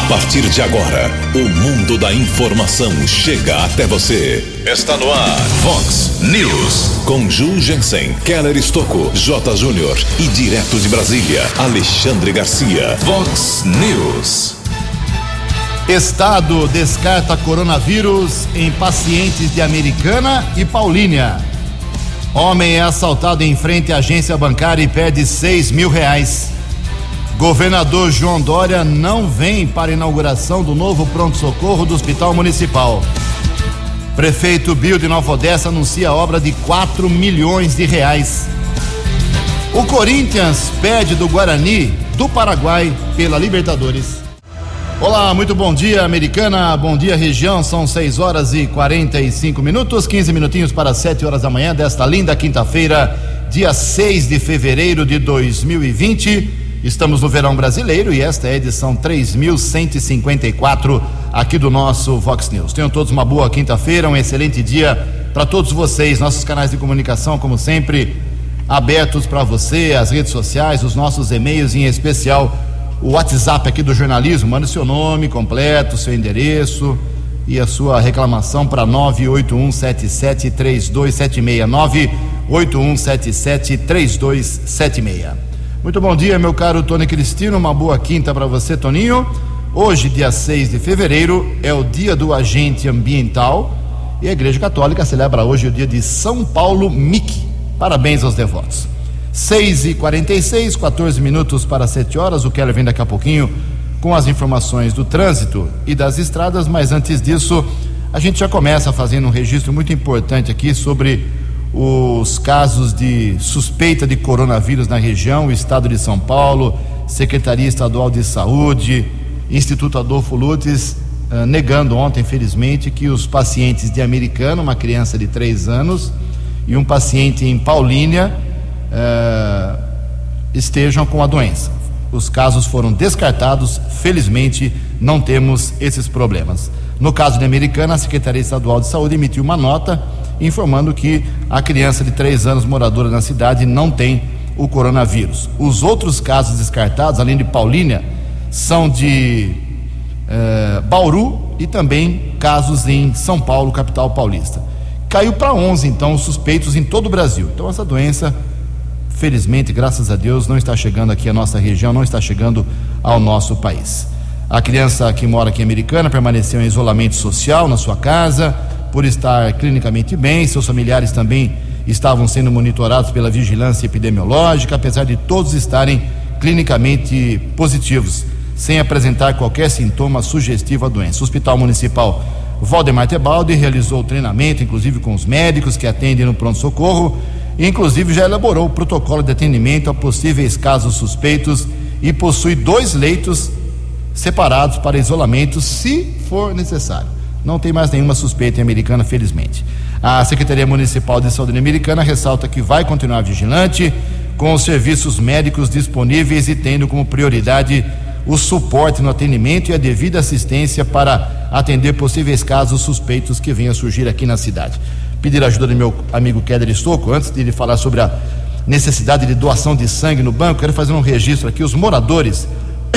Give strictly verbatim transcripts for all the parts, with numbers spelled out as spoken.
A partir de agora, o mundo da informação chega até você. Está no ar, Vox News. Com Ju Jensen, Keller Estocco, J. Júnior e direto de Brasília, Alexandre Garcia. Vox News. Estado descarta coronavírus em pacientes de Americana e Paulínia. Homem é assaltado em frente à agência bancária e perde seis mil reais. Governador João Dória não vem para a inauguração do novo pronto-socorro do Hospital Municipal. Prefeito Bill de Nova Odessa anuncia obra de quatro milhões de reais. O Corinthians perde do Guarani do Paraguai pela Libertadores. Olá, muito bom dia, Americana, bom dia, região. São seis horas e quarenta e cinco minutos, quinze minutinhos para sete horas da manhã desta linda quinta-feira, dia seis de fevereiro de dois mil e vinte. Estamos no verão brasileiro e esta é a edição três mil cento e cinquenta e quatro aqui do nosso Vox News. Tenham todos uma boa quinta-feira, um excelente dia para todos vocês. Nossos canais de comunicação, como sempre, abertos para você, as redes sociais, os nossos e-mails, em especial o WhatsApp aqui do jornalismo. Mande seu nome completo, seu endereço e a sua reclamação para nove oito um sete sete três dois sete seis, nove oito um sete sete três dois sete seis. Muito bom dia, meu caro Tony Cristino, uma boa quinta para você, Toninho. Hoje, dia seis de fevereiro, é o dia do agente ambiental e a Igreja Católica celebra hoje o dia de São Paulo Mickey. Parabéns aos devotos. seis e quarenta e seis, quatorze minutos para sete horas. O Keller vem daqui a pouquinho com as informações do trânsito e das estradas, mas antes disso, a gente já começa fazendo um registro muito importante aqui sobre os casos de suspeita de coronavírus na região. O estado de São Paulo, Secretaria Estadual de Saúde, Instituto Adolfo Lutz, uh, negando ontem, infelizmente, que os pacientes de Americana, uma criança de três anos, e um paciente em Paulínia uh, estejam com a doença. Os casos foram descartados, felizmente não temos esses problemas. No caso de Americana, a Secretaria Estadual de Saúde emitiu uma nota informando que a criança de três anos moradora na cidade não tem o coronavírus. Os outros casos descartados, além de Paulínia, são de eh, Bauru e também casos em São Paulo, capital paulista. Caiu para onze, então, os suspeitos em todo o Brasil. Então, essa doença, felizmente, graças a Deus, não está chegando aqui à nossa região, não está chegando ao nosso país. A criança que mora aqui em Americana permaneceu em isolamento social na sua casa, por estar clinicamente bem. Seus familiares também estavam sendo monitorados pela vigilância epidemiológica, apesar de todos estarem clinicamente positivos, sem apresentar qualquer sintoma sugestivo à doença. O Hospital Municipal Valdemar Tebaldi realizou o treinamento, inclusive com os médicos que atendem no pronto-socorro, e inclusive já elaborou o protocolo de atendimento a possíveis casos suspeitos e possui dois leitos separados para isolamento, se for necessário. Não tem mais nenhuma suspeita em Americana, felizmente. A Secretaria Municipal de Saúde Americana ressalta que vai continuar vigilante, com os serviços médicos disponíveis e tendo como prioridade o suporte no atendimento e a devida assistência para atender possíveis casos suspeitos que venham a surgir aqui na cidade. Pedir a ajuda do meu amigo Keller Estocco, antes de ele falar sobre a necessidade de doação de sangue no banco, quero fazer um registro aqui. Os moradores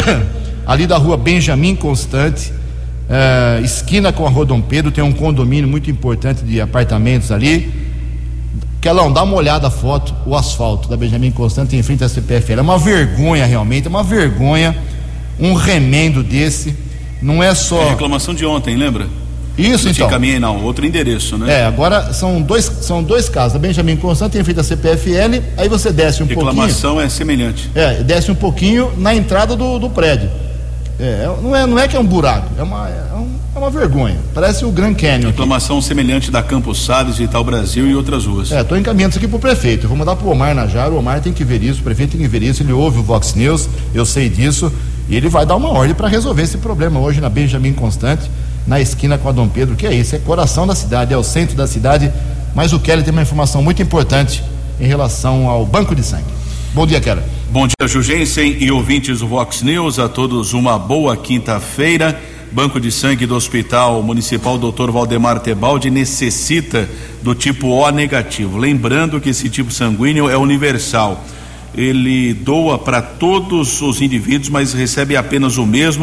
ali da rua Benjamin Constante, Uh, esquina com a Rua Dom Pedro, tem um condomínio muito importante de apartamentos ali. Kelão, dá uma olhada a foto, o asfalto da Benjamin Constante em frente à C P F L. É uma vergonha, realmente, é uma vergonha um remendo desse. Não é só... É reclamação de ontem, lembra? Isso, então. Caminha, não, outro endereço, né? É, agora são dois, são dois casos. A Benjamin Constante em frente à C P F L, aí você desce um reclamação pouquinho... Reclamação é semelhante. É, desce um pouquinho na entrada do, do prédio. É, não, é, não é que é um buraco, é uma, é, um, é uma vergonha. Parece o Grand Canyon. Reclamação aqui. Semelhante da Campos Salles, Itaú Brasil e outras ruas. É, estou encaminhando isso aqui para o prefeito. Eu vou mandar para o Omar Najar. O Omar tem que ver isso, o prefeito tem que ver isso. Ele ouve o Vox News, eu sei disso. E ele vai dar uma ordem para resolver esse problema hoje na Benjamin Constante, na esquina com a Dom Pedro, que é isso, é coração da cidade, é o centro da cidade. Mas o Kelly tem uma informação muito importante em relação ao banco de sangue. Bom dia, Kelly. Bom dia, Jugensen e ouvintes do Vox News, a todos uma boa quinta-feira. Banco de sangue do Hospital Municipal doutor Valdemar Tebaldi necessita do tipo O negativo. Lembrando que esse tipo sanguíneo é universal. Ele doa para todos os indivíduos, mas recebe apenas o mesmo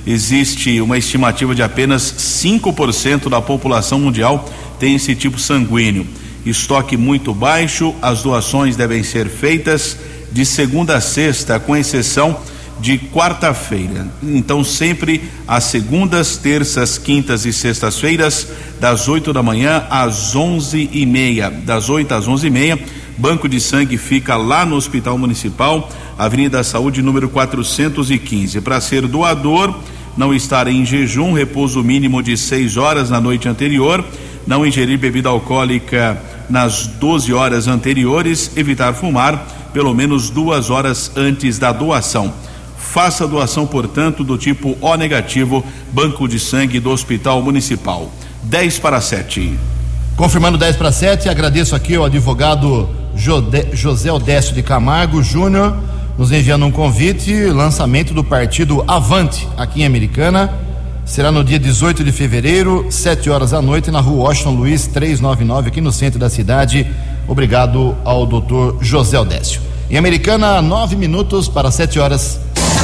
existe uma estimativa de apenas cinco por cento da população mundial tem esse tipo sanguíneo. Estoque muito baixo, as doações devem ser feitas de segunda a sexta, com exceção de quarta-feira. Então, sempre às segundas, terças, quintas e sextas-feiras, das oito da manhã às onze e meia. Das oito às onze e meia, banco de sangue fica lá no Hospital Municipal, Avenida da Saúde, número quatrocentos e quinze. Para ser doador, não estar em jejum, repouso mínimo de seis horas na noite anterior, não ingerir bebida alcoólica nas doze horas anteriores, evitar fumar pelo menos duas horas antes da doação. Faça a doação, portanto, do tipo O negativo, banco de sangue do Hospital Municipal. dez para sete. Confirmando dez para sete, agradeço aqui ao advogado Jode, José Odécio de Camargo Júnior, nos enviando um convite, lançamento do partido Avante, aqui em Americana. Será no dia dezoito de fevereiro, sete horas da noite, na rua Washington Luiz trezentos e noventa e nove, aqui no centro da cidade. Obrigado ao doutor José Odécio. Em Americana, nove minutos para sete horas.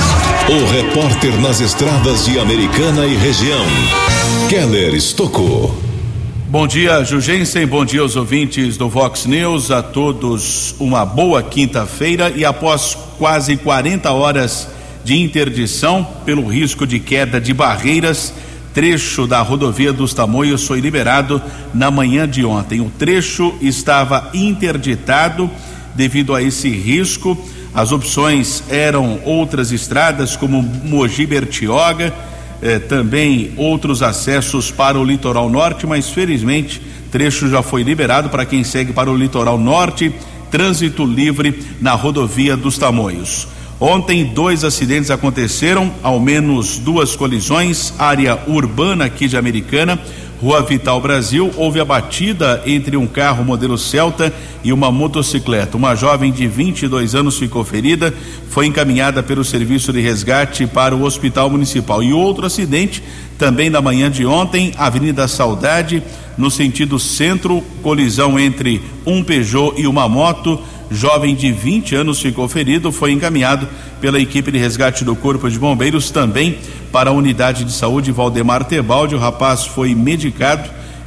O repórter nas estradas de Americana e região, Keller Estocou. Bom dia, Jugensen, bom dia aos ouvintes do Vox News, a todos uma boa quinta-feira. E após quase quarenta horas de interdição pelo risco de queda de barreiras, trecho da rodovia dos Tamoios foi liberado na manhã de ontem. O trecho estava interditado devido a esse risco. As opções eram outras estradas, como Mogi Bertioga, eh, também outros acessos para o litoral norte, mas felizmente trecho já foi liberado para quem segue para o litoral norte, trânsito livre na rodovia dos Tamoios. Ontem, dois acidentes aconteceram, ao menos duas colisões, área urbana aqui de Americana, Rua Vital Brasil. Houve a batida entre um carro modelo Celta e uma motocicleta. Uma jovem de vinte e dois anos ficou ferida, foi encaminhada pelo serviço de resgate para o Hospital Municipal. E outro acidente, também na manhã de ontem, Avenida Saudade, no sentido centro, colisão entre um Peugeot e uma moto. Jovem de vinte anos ficou ferido, foi encaminhado pela equipe de resgate do Corpo de Bombeiros também para a unidade de saúde Valdemar Tebaldi. O rapaz foi medicado,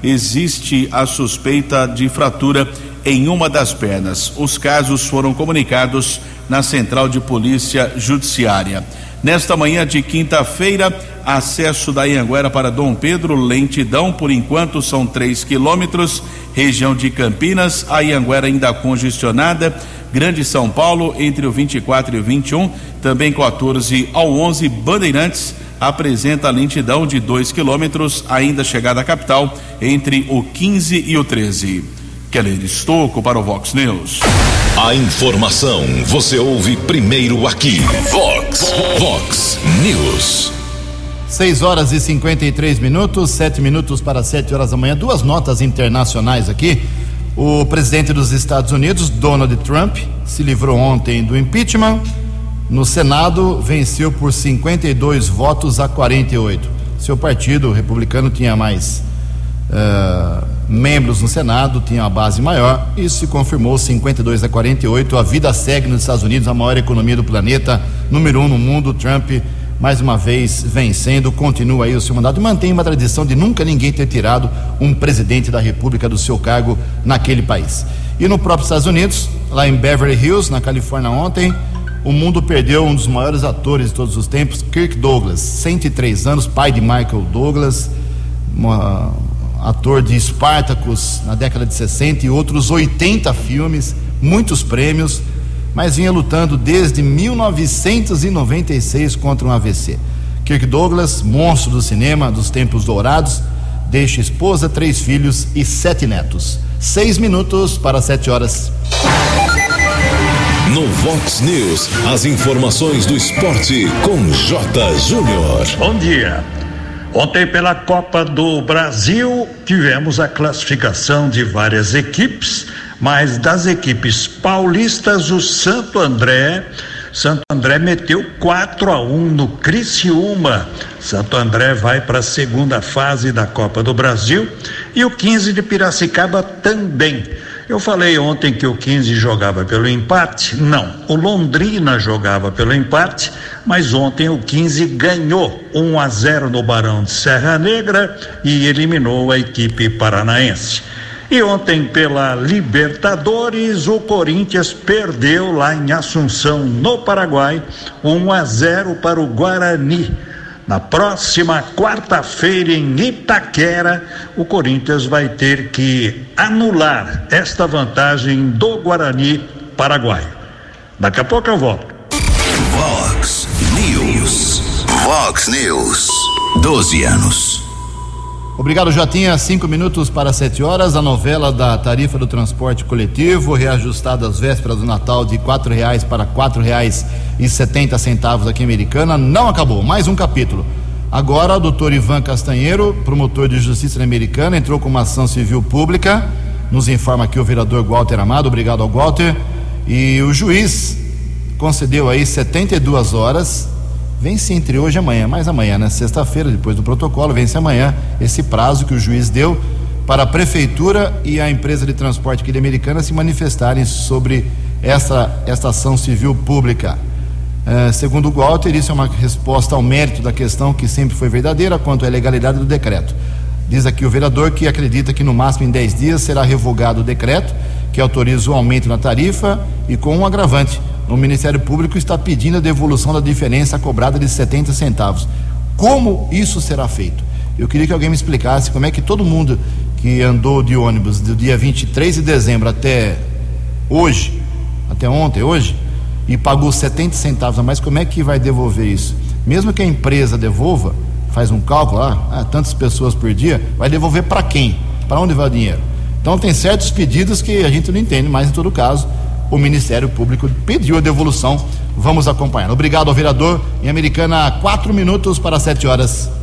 existe a suspeita de fratura em uma das pernas. Os casos foram comunicados na Central de Polícia Judiciária. Nesta manhã de quinta-feira, acesso da Anhanguera para Dom Pedro, lentidão, por enquanto são três quilômetros, região de Campinas, a Anhanguera ainda congestionada, Grande São Paulo, entre o vinte e quatro e o vinte e um, também quatorze ao onze, Bandeirantes apresenta lentidão de dois quilômetros, ainda chegada à capital, entre o quinze e o treze. Keller Estocou para o Vox News. A informação você ouve primeiro aqui. Vox, Vox News. seis horas e cinquenta e três minutos, sete minutos para sete horas da manhã. Duas notas internacionais aqui. O presidente dos Estados Unidos, Donald Trump, se livrou ontem do impeachment. No Senado, venceu por cinquenta e dois votos a quarenta e oito. Seu partido, o republicano, tinha mais uh, membros no Senado, tinha uma base maior. Isso se confirmou, cinquenta e dois a quarenta e oito. A vida segue nos Estados Unidos, a maior economia do planeta, número um no mundo. Trump, mais uma vez, vencendo, continua aí o seu mandato e mantém uma tradição de nunca ninguém ter tirado um presidente da República do seu cargo naquele país. E no próprio Estados Unidos, lá em Beverly Hills, na Califórnia, ontem, o mundo perdeu um dos maiores atores de todos os tempos, Kirk Douglas, cento e três anos, pai de Michael Douglas, uma, ator de Spartacus na década de sessenta e outros oitenta filmes, muitos prêmios, mas vinha lutando desde mil novecentos e noventa e seis contra um A V C. Kirk Douglas, monstro do cinema dos tempos dourados, deixa esposa, três filhos e sete netos. Seis minutos para sete horas. No Vox News, as informações do esporte com J. Júnior. Bom dia. Ontem, pela Copa do Brasil, tivemos a classificação de várias equipes, mas das equipes paulistas, o Santo André, Santo André meteu quatro a um no Criciúma. Santo André vai para a segunda fase da Copa do Brasil e o quinze de Piracicaba também. Eu falei ontem que o quinze jogava pelo empate. Não, o Londrina jogava pelo empate, mas ontem o quinze ganhou um a zero no Barão de Serra Negra e eliminou a equipe paranaense. E ontem pela Libertadores, o Corinthians perdeu lá em Assunção, no Paraguai, um a zero para o Guarani. Na próxima quarta-feira em Itaquera, o Corinthians vai ter que anular esta vantagem do Guarani paraguaio. Daqui a pouco eu volto. Vox News. Vox News. doze anos. Obrigado, Jotinha. Cinco minutos para sete horas. A novela da tarifa do transporte coletivo, reajustada às vésperas do Natal de quatro reais para quatro reais e setenta centavos aqui em Americana, não acabou. Mais um capítulo. Agora, o doutor Ivan Castanheiro, promotor de justiça na Americana, entrou com uma ação civil pública. Nos informa aqui o vereador Walter Amado. Obrigado ao Walter. E o juiz concedeu aí setenta e duas horas. Vence entre hoje e amanhã, mais amanhã, né? Sexta-feira, depois do protocolo, vence amanhã esse prazo que o juiz deu para a prefeitura e a empresa de transporte aqui de Americana se manifestarem sobre essa, essa ação civil pública. É, segundo o Walter, isso é uma resposta ao mérito da questão que sempre foi verdadeira quanto à legalidade do decreto. Diz aqui o vereador que acredita que no máximo em dez dias será revogado o decreto que autoriza o aumento na tarifa e com um agravante. O Ministério Público está pedindo a devolução da diferença cobrada de setenta centavos. Como isso será feito? Eu queria que alguém me explicasse como é que todo mundo que andou de ônibus do dia vinte e três de dezembro até hoje, até ontem, hoje, e pagou setenta centavos a mais, como é que vai devolver isso? Mesmo que a empresa devolva, faz um cálculo lá, ah, tantas pessoas por dia, vai devolver para quem? Para onde vai o dinheiro? Então tem certos pedidos que a gente não entende, mas em todo caso o Ministério Público pediu a devolução. Vamos acompanhar. Obrigado ao vereador. Em Americana, quatro minutos para sete horas.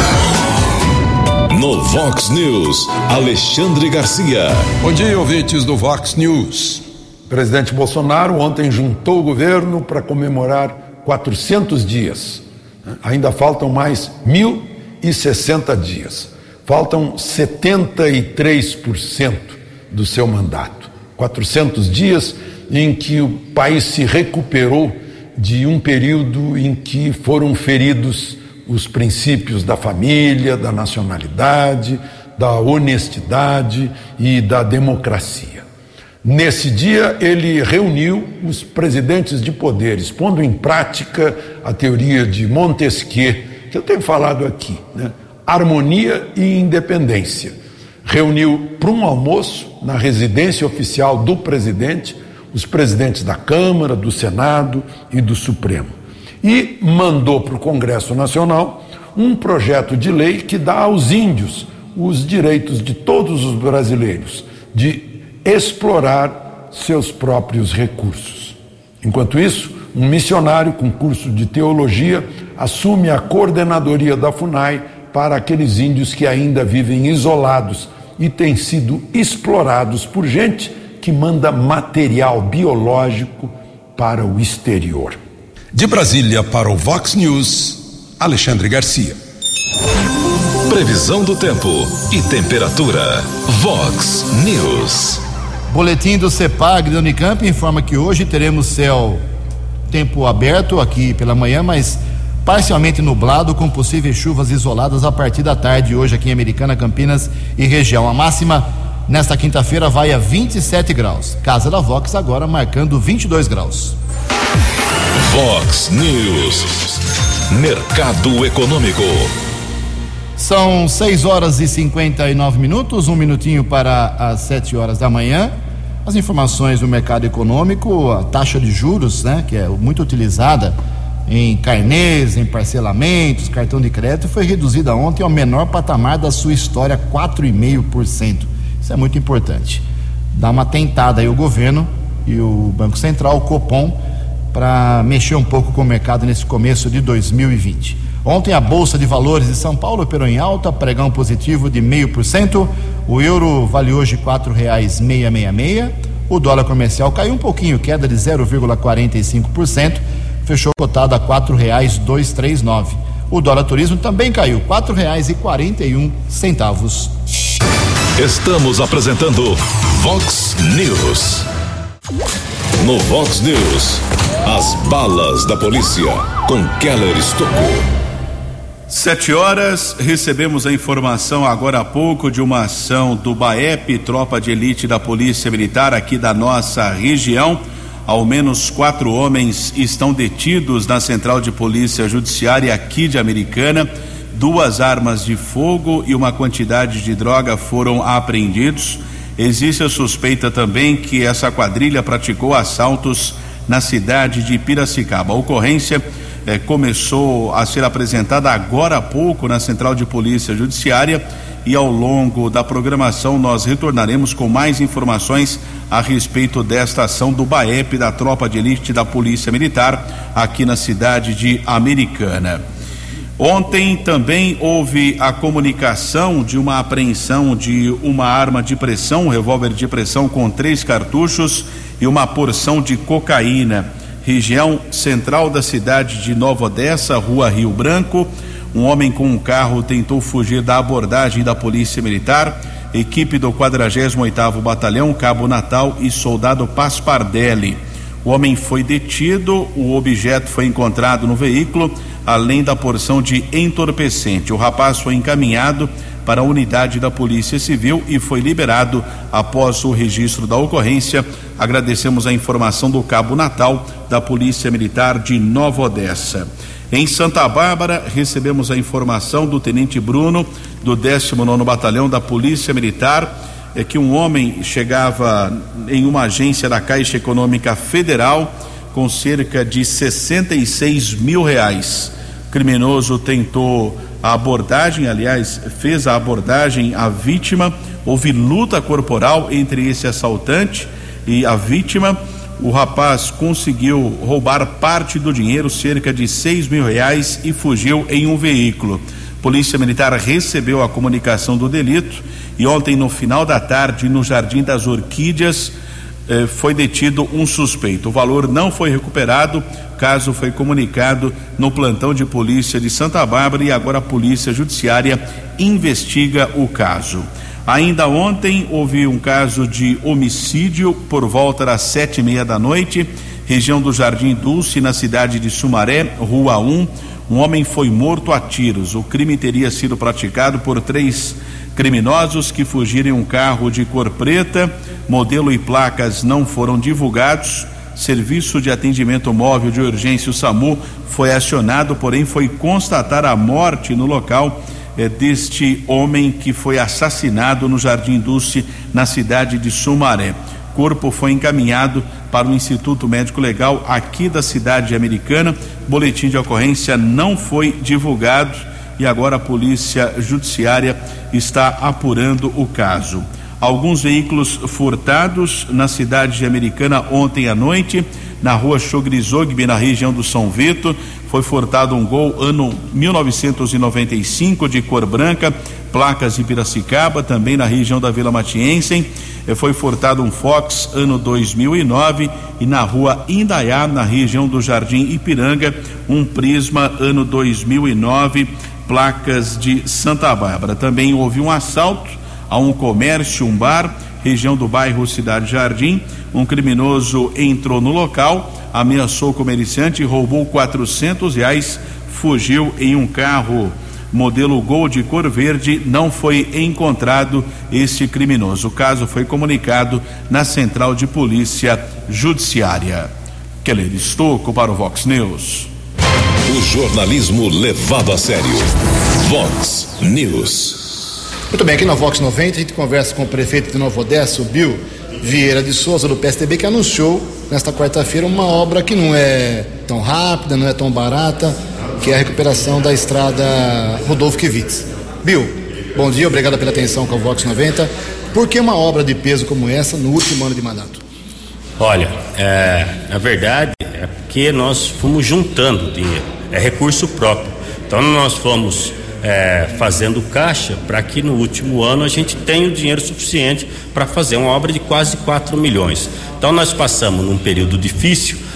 No Vox News, Alexandre Garcia. Bom dia, ouvintes do Vox News. O presidente Bolsonaro ontem juntou o governo para comemorar quatrocentos dias. Ainda faltam mais mil e sessenta dias. Faltam setenta e três por cento do seu mandato. quatrocentos dias em que o país se recuperou de um período em que foram feridos os princípios da família, da nacionalidade, da honestidade e da democracia. Nesse dia, ele reuniu os presidentes de poderes, pondo em prática a teoria de Montesquieu, que eu tenho falado aqui, né? Harmonia e independência. Reuniu para um almoço na residência oficial do presidente os presidentes da Câmara, do Senado e do Supremo. E mandou para o Congresso Nacional um projeto de lei que dá aos índios os direitos de todos os brasileiros de explorar seus próprios recursos. Enquanto isso, um missionário com curso de teologia assume a coordenadoria da FUNAI para aqueles índios que ainda vivem isolados e têm sido explorados por gente que manda material biológico para o exterior. De Brasília para o Vox News, Alexandre Garcia. Previsão do tempo e temperatura. Vox News. Boletim do CEPAG da Unicamp informa que hoje teremos céu, tempo aberto aqui pela manhã, mas parcialmente nublado, com possíveis chuvas isoladas a partir da tarde hoje aqui em Americana, Campinas e região. A máxima nesta quinta-feira vai a vinte e sete graus. Casa da Vox agora marcando vinte e dois graus. Vox News. Mercado Econômico. São seis horas e cinquenta e nove minutos, um minutinho para as sete horas da manhã. As informações do mercado econômico, a taxa de juros, né, que é muito utilizada em carnês, em parcelamentos, cartão de crédito, foi reduzida ontem ao menor patamar da sua história, quatro vírgula cinco por cento. Isso é muito importante. Dá uma tentada aí o governo e o Banco Central, o Copom, para mexer um pouco com o mercado nesse começo de dois mil e vinte. Ontem a Bolsa de Valores de São Paulo operou em alta, pregão positivo de zero vírgula cinco por cento. O euro vale hoje quatro reais seiscentos e sessenta e seis. O dólar comercial caiu um pouquinho, queda de zero vírgula quarenta e cinco por cento. Fechou cotado a quatro reais duzentos e trinta e nove. O dólar turismo também caiu, quatro reais e quarenta e um centavos. Estamos apresentando Vox News. No Vox News, as balas da polícia com Keller Estocou. Sete horas, recebemos a informação agora há pouco de uma ação do BAEP, Tropa de Elite da Polícia Militar aqui da nossa região. Ao menos quatro homens estão detidos na Central de Polícia Judiciária aqui de Americana. Duas armas de fogo e uma quantidade de droga foram apreendidos. Existe a suspeita também que essa quadrilha praticou assaltos na cidade de Piracicaba. A ocorrência eh, começou a ser apresentada agora há pouco na Central de Polícia Judiciária e ao longo da programação nós retornaremos com mais informações a respeito desta ação do BAEP, da Tropa de Elite da Polícia Militar aqui na cidade de Americana. Ontem também houve a comunicação de uma apreensão de uma arma de pressão, um revólver de pressão com três cartuchos e uma porção de cocaína. Região central da cidade de Nova Odessa, Rua Rio Branco. Um homem com um carro tentou fugir da abordagem da Polícia Militar. Equipe do quadragésimo oitavo Batalhão, Cabo Natal e soldado Paspardelli. O homem foi detido, o objeto foi encontrado no veículo, além da porção de entorpecente. O rapaz foi encaminhado para a unidade da Polícia Civil e foi liberado após o registro da ocorrência. Agradecemos a informação do Cabo Natal da Polícia Militar de Nova Odessa. Em Santa Bárbara, recebemos a informação do Tenente Bruno, do décimo nono Batalhão da Polícia Militar, é que um homem chegava em uma agência da Caixa Econômica Federal com cerca de sessenta e seis mil reais. O criminoso tentou a abordagem, aliás, fez a abordagem à vítima. Houve luta corporal entre esse assaltante e a vítima. O rapaz conseguiu roubar parte do dinheiro, cerca de seis mil reais, e fugiu em um veículo. Polícia Militar recebeu a comunicação do delito e ontem, no final da tarde, no Jardim das Orquídeas, eh, foi detido um suspeito. O valor não foi recuperado, o caso foi comunicado no plantão de polícia de Santa Bárbara e agora a Polícia Judiciária investiga o caso. Ainda ontem houve um caso de homicídio por volta das sete e meia da noite, região do Jardim Dulce, na cidade de Sumaré, Rua um. Um homem foi morto a tiros. O crime teria sido praticado por três criminosos que fugiram em um carro de cor preta. Modelo e placas não foram divulgados. Serviço de atendimento móvel de urgência, o SAMU, foi acionado, porém foi constatar a morte no local eh, deste homem que foi assassinado no Jardim Dulce, na cidade de Sumaré. O corpo foi encaminhado para o Instituto Médico Legal aqui da cidade americana. Boletim de ocorrência não foi divulgado e agora a Polícia Judiciária está apurando o caso. Alguns veículos furtados na cidade de Americana ontem à noite, na rua Chogrizogbe, na região do São Vito. Foi furtado um Gol ano mil novecentos e noventa e cinco de cor branca, placas de Piracicaba, também na região da Vila Matiense. Foi furtado um Fox ano dois mil e nove e na rua Indaiá, na região do Jardim Ipiranga, um Prisma ano dois mil e nove, placas de Santa Bárbara. Também houve um assalto a um comércio, um bar, região do bairro Cidade Jardim. Um criminoso entrou no local, ameaçou o comerciante, roubou quatrocentos reais, fugiu em um carro modelo Gol de cor verde. Não foi encontrado este criminoso. O caso foi comunicado na Central de Polícia Judiciária. Keller Estocco para o Vox News. O jornalismo levado a sério. Vox News. Muito bem, aqui na Vox noventa a gente conversa com o prefeito de Nova Odessa, o Bill Vieira de Souza, do P S D B, que anunciou nesta quarta-feira uma obra que não é tão rápida, não é tão barata, que é a recuperação da estrada Rodolfo Kivitz. Bill, bom dia, obrigado pela atenção com a Vox noventa. Por que uma obra de peso como essa no último ano de mandato? Olha, é, a verdade é porque nós fomos juntando dinheiro, é recurso próprio. Então nós fomos é, fazendo caixa para que no último ano a gente tenha o dinheiro suficiente para fazer uma obra de quase quatro milhões. Então nós passamos num período difícil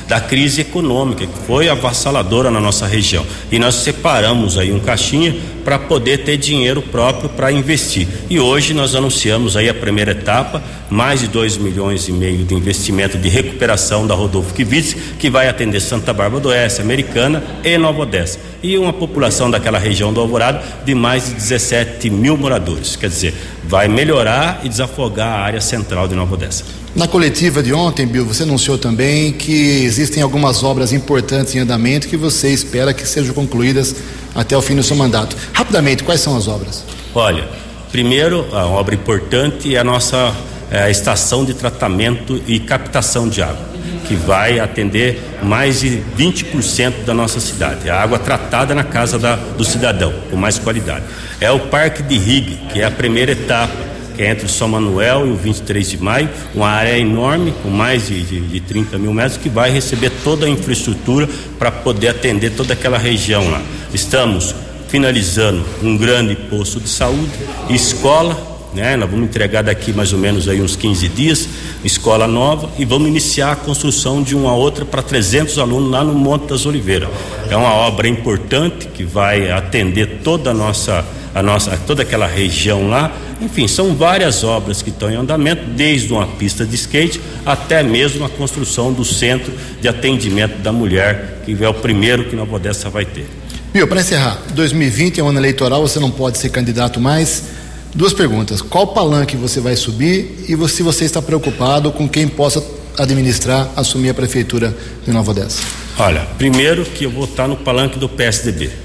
da crise econômica, que foi avassaladora na nossa região. E nós separamos aí um caixinha para poder ter dinheiro próprio para investir. E hoje nós anunciamos aí a primeira etapa, mais de dois milhões e meio de investimento de recuperação da Rodolfo Kivitz, que vai atender Santa Bárbara do Oeste, Americana e Nova Odessa. E uma população daquela região do Alvorada de mais de dezessete mil moradores. Quer dizer, vai melhorar e desafogar a área central de Nova Odessa. Na coletiva de ontem, Bill, você anunciou também que existem algumas obras importantes em andamento que você espera que sejam concluídas até o fim do seu mandato. Rapidamente, quais são as obras? Olha, primeiro, a obra importante é a nossa é, a estação de tratamento e captação de água, que vai atender mais de vinte por cento da nossa cidade. A água tratada na casa da, do cidadão, com mais qualidade. É o Parque de Rig, que é a primeira etapa, que é entre o São Manuel e o vinte e três de maio, uma área enorme, com mais de, de, de trinta mil metros, que vai receber toda a infraestrutura para poder atender toda aquela região lá. Estamos finalizando um grande posto de saúde, escola, né? Nós vamos entregar daqui mais ou menos aí uns quinze dias, escola nova, e vamos iniciar a construção de uma outra para trezentos alunos lá no Monte das Oliveiras. É uma obra importante que vai atender toda a nossa, a nossa, toda aquela região lá. Enfim, são várias obras que estão em andamento, desde uma pista de skate até mesmo a construção do centro de atendimento da mulher, que é o primeiro que Nova Odessa vai ter. Bill, para encerrar, dois mil e vinte é um ano eleitoral, você não pode ser candidato mais. Duas perguntas: qual palanque você vai subir e se você está preocupado com quem possa administrar, assumir a prefeitura de Nova Odessa? Olha, primeiro que eu vou estar no palanque do P S D B,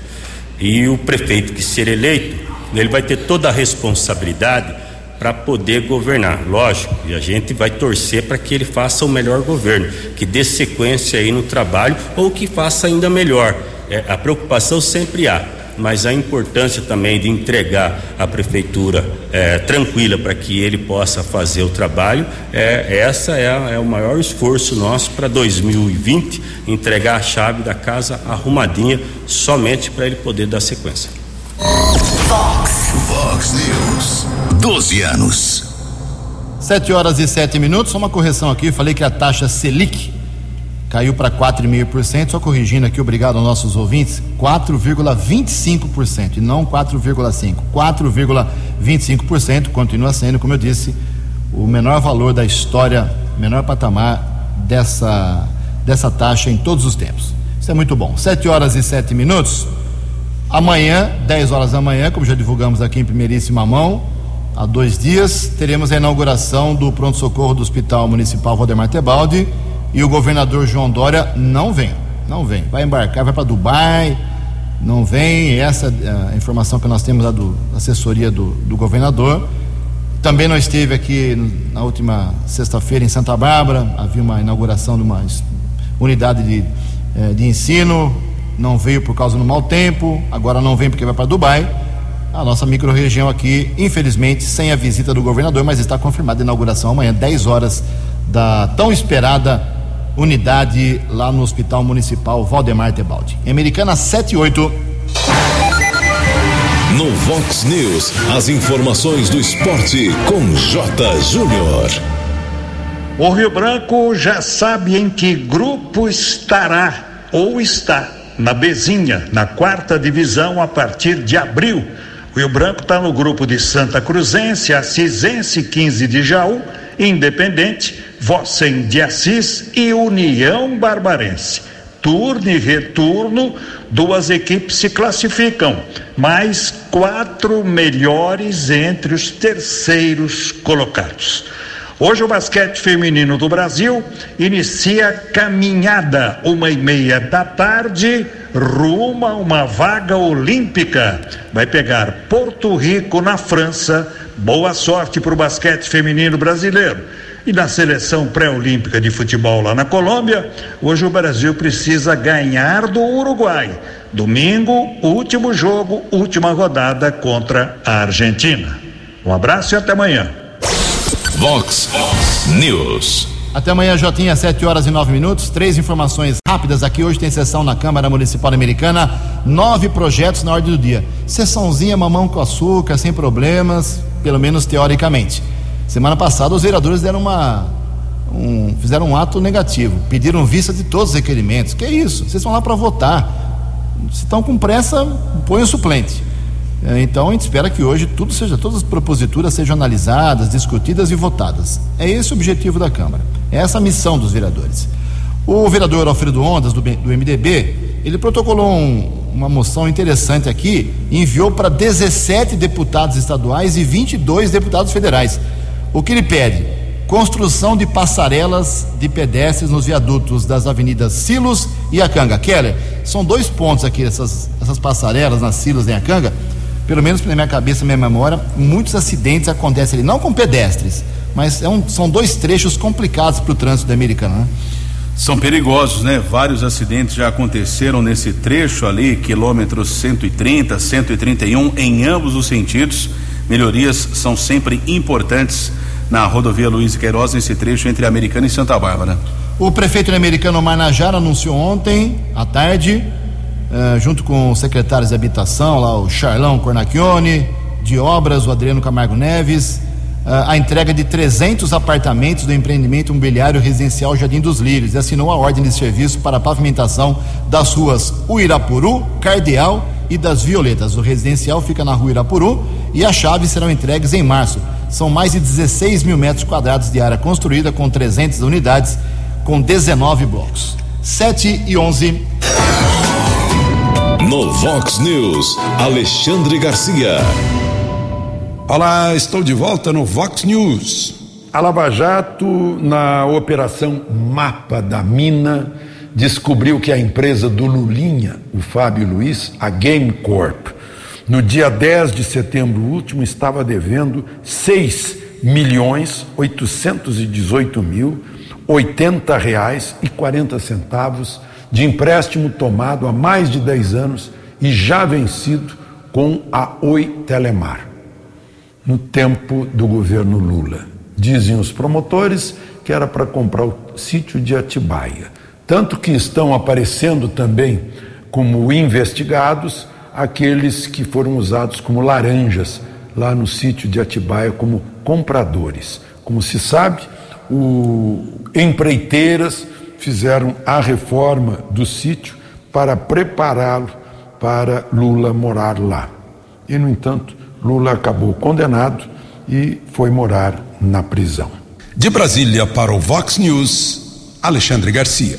e o prefeito que ser eleito, ele vai ter toda a responsabilidade para poder governar, lógico, e a gente vai torcer para que ele faça o melhor governo, que dê sequência aí no trabalho, ou que faça ainda melhor. É, a preocupação sempre há, mas a importância também de entregar a prefeitura é, tranquila para que ele possa fazer o trabalho, é, essa é, a, é o maior esforço nosso para dois mil e vinte, entregar a chave da casa arrumadinha, somente para ele poder dar sequência. Vox, Vox News, doze anos. sete horas e sete minutos, só uma correção aqui, falei que a taxa Selic caiu para quatro vírgula cinco por cento, só corrigindo aqui, obrigado aos nossos ouvintes, quatro vírgula vinte e cinco por cento e não quatro vírgula cinco por cento, quatro vírgula vinte e cinco por cento, continua sendo, como eu disse, o menor valor da história, menor patamar dessa, dessa taxa em todos os tempos. Isso é muito bom. sete horas e sete minutos. Amanhã, dez horas da manhã, como já divulgamos aqui em primeiríssima mão, há dois dias, teremos a inauguração do pronto-socorro do Hospital Municipal Valdemar Tebaldi, e o governador João Dória não vem, não vem, vai embarcar, vai para Dubai, não vem. Essa é a informação que nós temos lá do assessoria do, do governador. Também não esteve aqui na última sexta-feira em Santa Bárbara, havia uma inauguração de uma unidade de, de ensino, não veio por causa do mau tempo, agora não vem porque vai para Dubai. A nossa micro-região aqui, infelizmente, sem a visita do governador, mas está confirmada a inauguração amanhã, dez horas, da tão esperada unidade lá no Hospital Municipal Valdemar Tebaldi. Americana sete e oito. No Vox News, as informações do esporte com J. Júnior. O Rio Branco já sabe em que grupo estará ou está na Bezinha, na quarta divisão, a partir de abril. O Rio Branco está no grupo de Santa Cruzense, Assisense, quinze de Jaú, Independente, Vossen de Assis e União Barbarense. Turno e retorno, duas equipes se classificam, mais quatro melhores entre os terceiros colocados. Hoje o basquete feminino do Brasil inicia a caminhada, uma e meia da tarde, rumo a uma vaga olímpica. Vai pegar Porto Rico na França. Boa sorte para o basquete feminino brasileiro. E na seleção pré-olímpica de futebol lá na Colômbia, hoje o Brasil precisa ganhar do Uruguai. Domingo, último jogo, última rodada contra a Argentina. Um abraço e até amanhã. Vox News. Até amanhã, Jotinha, sete horas e nove minutos. Três informações rápidas aqui. Hoje tem sessão na Câmara Municipal Americana. Nove projetos na ordem do dia. Sessãozinha mamão com açúcar, sem problemas, pelo menos teoricamente. Semana passada os vereadores deram uma, um, fizeram um ato negativo, pediram vista de todos os requerimentos. Que é isso? Vocês vão lá para votar. Se estão com pressa, põe o suplente. Então a gente espera que hoje tudo seja, todas as proposituras sejam analisadas, discutidas e votadas. É esse o objetivo da Câmara, é essa a missão dos vereadores. O vereador Alfredo Ondas, do, do M D B, ele protocolou um, uma moção interessante aqui, enviou para dezessete deputados estaduais e vinte e dois deputados federais. O que ele pede? Construção de passarelas de pedestres nos viadutos das avenidas Silos e Acanga. Keller, são dois pontos aqui, essas, essas passarelas nas Silos e Acanga. Pelo menos na minha cabeça, na minha memória, muitos acidentes acontecem ali, não com pedestres, mas é um, são dois trechos complicados para o trânsito da Americana, né? São perigosos, né? Vários acidentes já aconteceram nesse trecho ali, quilômetros cento e trinta, cento e trinta e um, em ambos os sentidos. Melhorias são sempre importantes na rodovia Luiz Queiroz, nesse trecho entre Americana e Santa Bárbara. O prefeito de Americana, Omar Najara, anunciou ontem à tarde, Uh, junto com os secretários de habitação, lá o Charlão Cornacchione, de obras, o Adriano Camargo Neves, uh, a entrega de trezentos apartamentos do empreendimento imobiliário residencial Jardim dos Lírios, e assinou a ordem de serviço para a pavimentação das ruas Uirapuru, Cardeal e das Violetas. O residencial fica na rua Uirapuru e as chaves serão entregues em março. São mais de dezesseis mil metros quadrados de área construída, com trezentas unidades, com dezenove blocos. sete e onze. No Vox News, Alexandre Garcia. Olá, estou de volta no Vox News. A Lava Jato, na operação Mapa da Mina, descobriu que a empresa do Lulinha, o Fábio Luiz, a Game Corp, no dia dez de setembro último, estava devendo seis milhões oitocentos e dezoito mil oitenta reais e quarenta centavos de empréstimo tomado há mais de dez anos e já vencido com a Oi Telemar, no tempo do governo Lula. Dizem os promotores que era para comprar o sítio de Atibaia. Tanto que estão aparecendo também como investigados aqueles que foram usados como laranjas lá no sítio de Atibaia como compradores. Como se sabe, o empreiteiras fizeram a reforma do sítio para prepará-lo para Lula morar lá. E, no entanto, Lula acabou condenado e foi morar na prisão. De Brasília para o Vox News, Alexandre Garcia.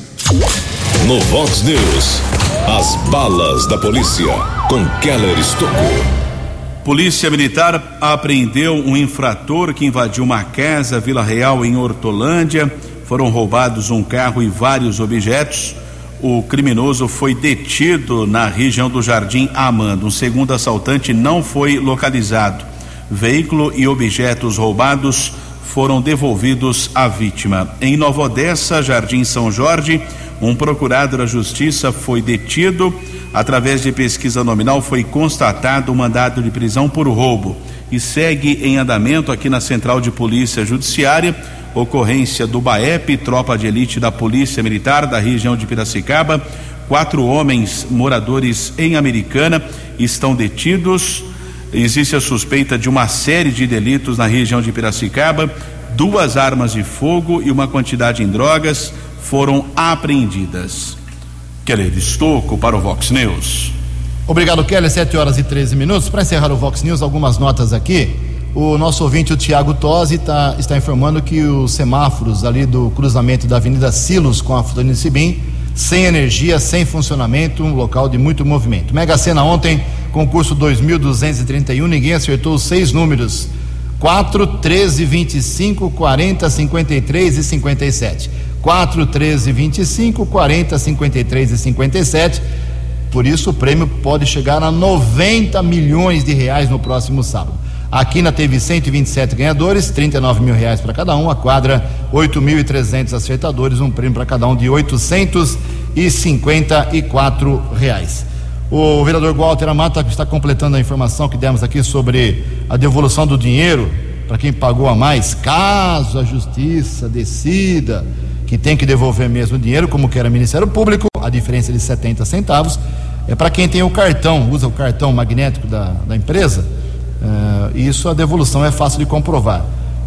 No Vox News, as balas da polícia com Keller Estocou. Polícia Militar apreendeu um infrator que invadiu uma casa Vila Real em Hortolândia. Foram roubados um carro e vários objetos. O criminoso foi detido na região do Jardim Amanda. Um segundo assaltante não foi localizado. Veículo e objetos roubados foram devolvidos à vítima. Em Nova Odessa, Jardim São Jorge, um procurado da Justiça foi detido. Através de pesquisa nominal foi constatado um mandado de prisão por roubo. E segue em andamento aqui na Central de Polícia Judiciária ocorrência do BAEP, tropa de elite da Polícia Militar da região de Piracicaba. Quatro homens moradores em Americana estão detidos. Existe a suspeita de uma série de delitos na região de Piracicaba. Duas armas de fogo e uma quantidade em drogas foram apreendidas. Keller Estocco para o Vox News. Obrigado, Keller. sete horas e treze minutos. Para encerrar o Vox News, algumas notas aqui. O nosso ouvinte, o Tiago Tosi, tá, está informando que os semáforos ali do cruzamento da Avenida Silos com a Florino Sibim, sem energia, sem funcionamento, um local de muito movimento. Mega Sena ontem, concurso dois mil duzentos e trinta e um, ninguém acertou os seis números: quatro, treze, vinte e cinco, quarenta, cinquenta e três e cinquenta e sete. quatro, treze, vinte e cinco, quarenta, cinquenta e três e cinquenta e sete. Por isso o prêmio pode chegar a noventa milhões de reais no próximo sábado. A Quina teve cento e vinte e sete ganhadores, trinta e nove mil reais para cada um. A quadra, oito mil e trezentos acertadores, um prêmio para cada um de oitocentos e cinquenta e quatro reais. O vereador Walter Amata está completando a informação que demos aqui sobre a devolução do dinheiro para quem pagou a mais, caso a justiça decida que tem que devolver mesmo o dinheiro, como que era o Ministério Público. A diferença de setenta centavos é para quem tem o cartão, usa o cartão magnético da, da empresa. Uh, isso, a devolução é fácil de comprovar.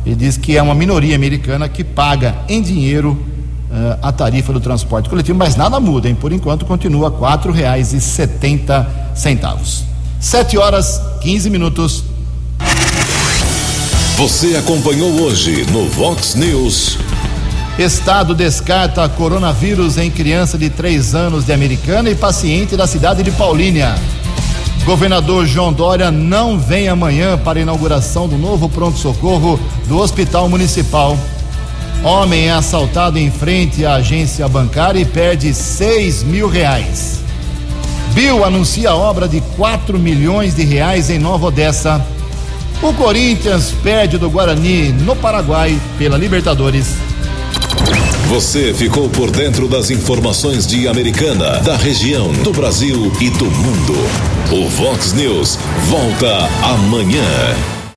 Ele diz que é uma minoria americana que paga em dinheiro uh, a tarifa do transporte coletivo, mas nada muda, hein? Por enquanto continua quatro reais e setenta centavos. Sete horas, quinze minutos. Você acompanhou hoje no Vox News. Estado descarta coronavírus em criança de três anos de Americana e paciente da cidade de Paulínia. Governador João Dória não vem amanhã para a inauguração do novo pronto-socorro do Hospital Municipal. Homem é assaltado em frente à agência bancária e perde seis mil reais. Bill anuncia obra de quatro milhões de reais em Nova Odessa. O Corinthians perde do Guarani no Paraguai pela Libertadores. Você ficou por dentro das informações de Americana, da região, do Brasil e do mundo. O Vox News volta amanhã.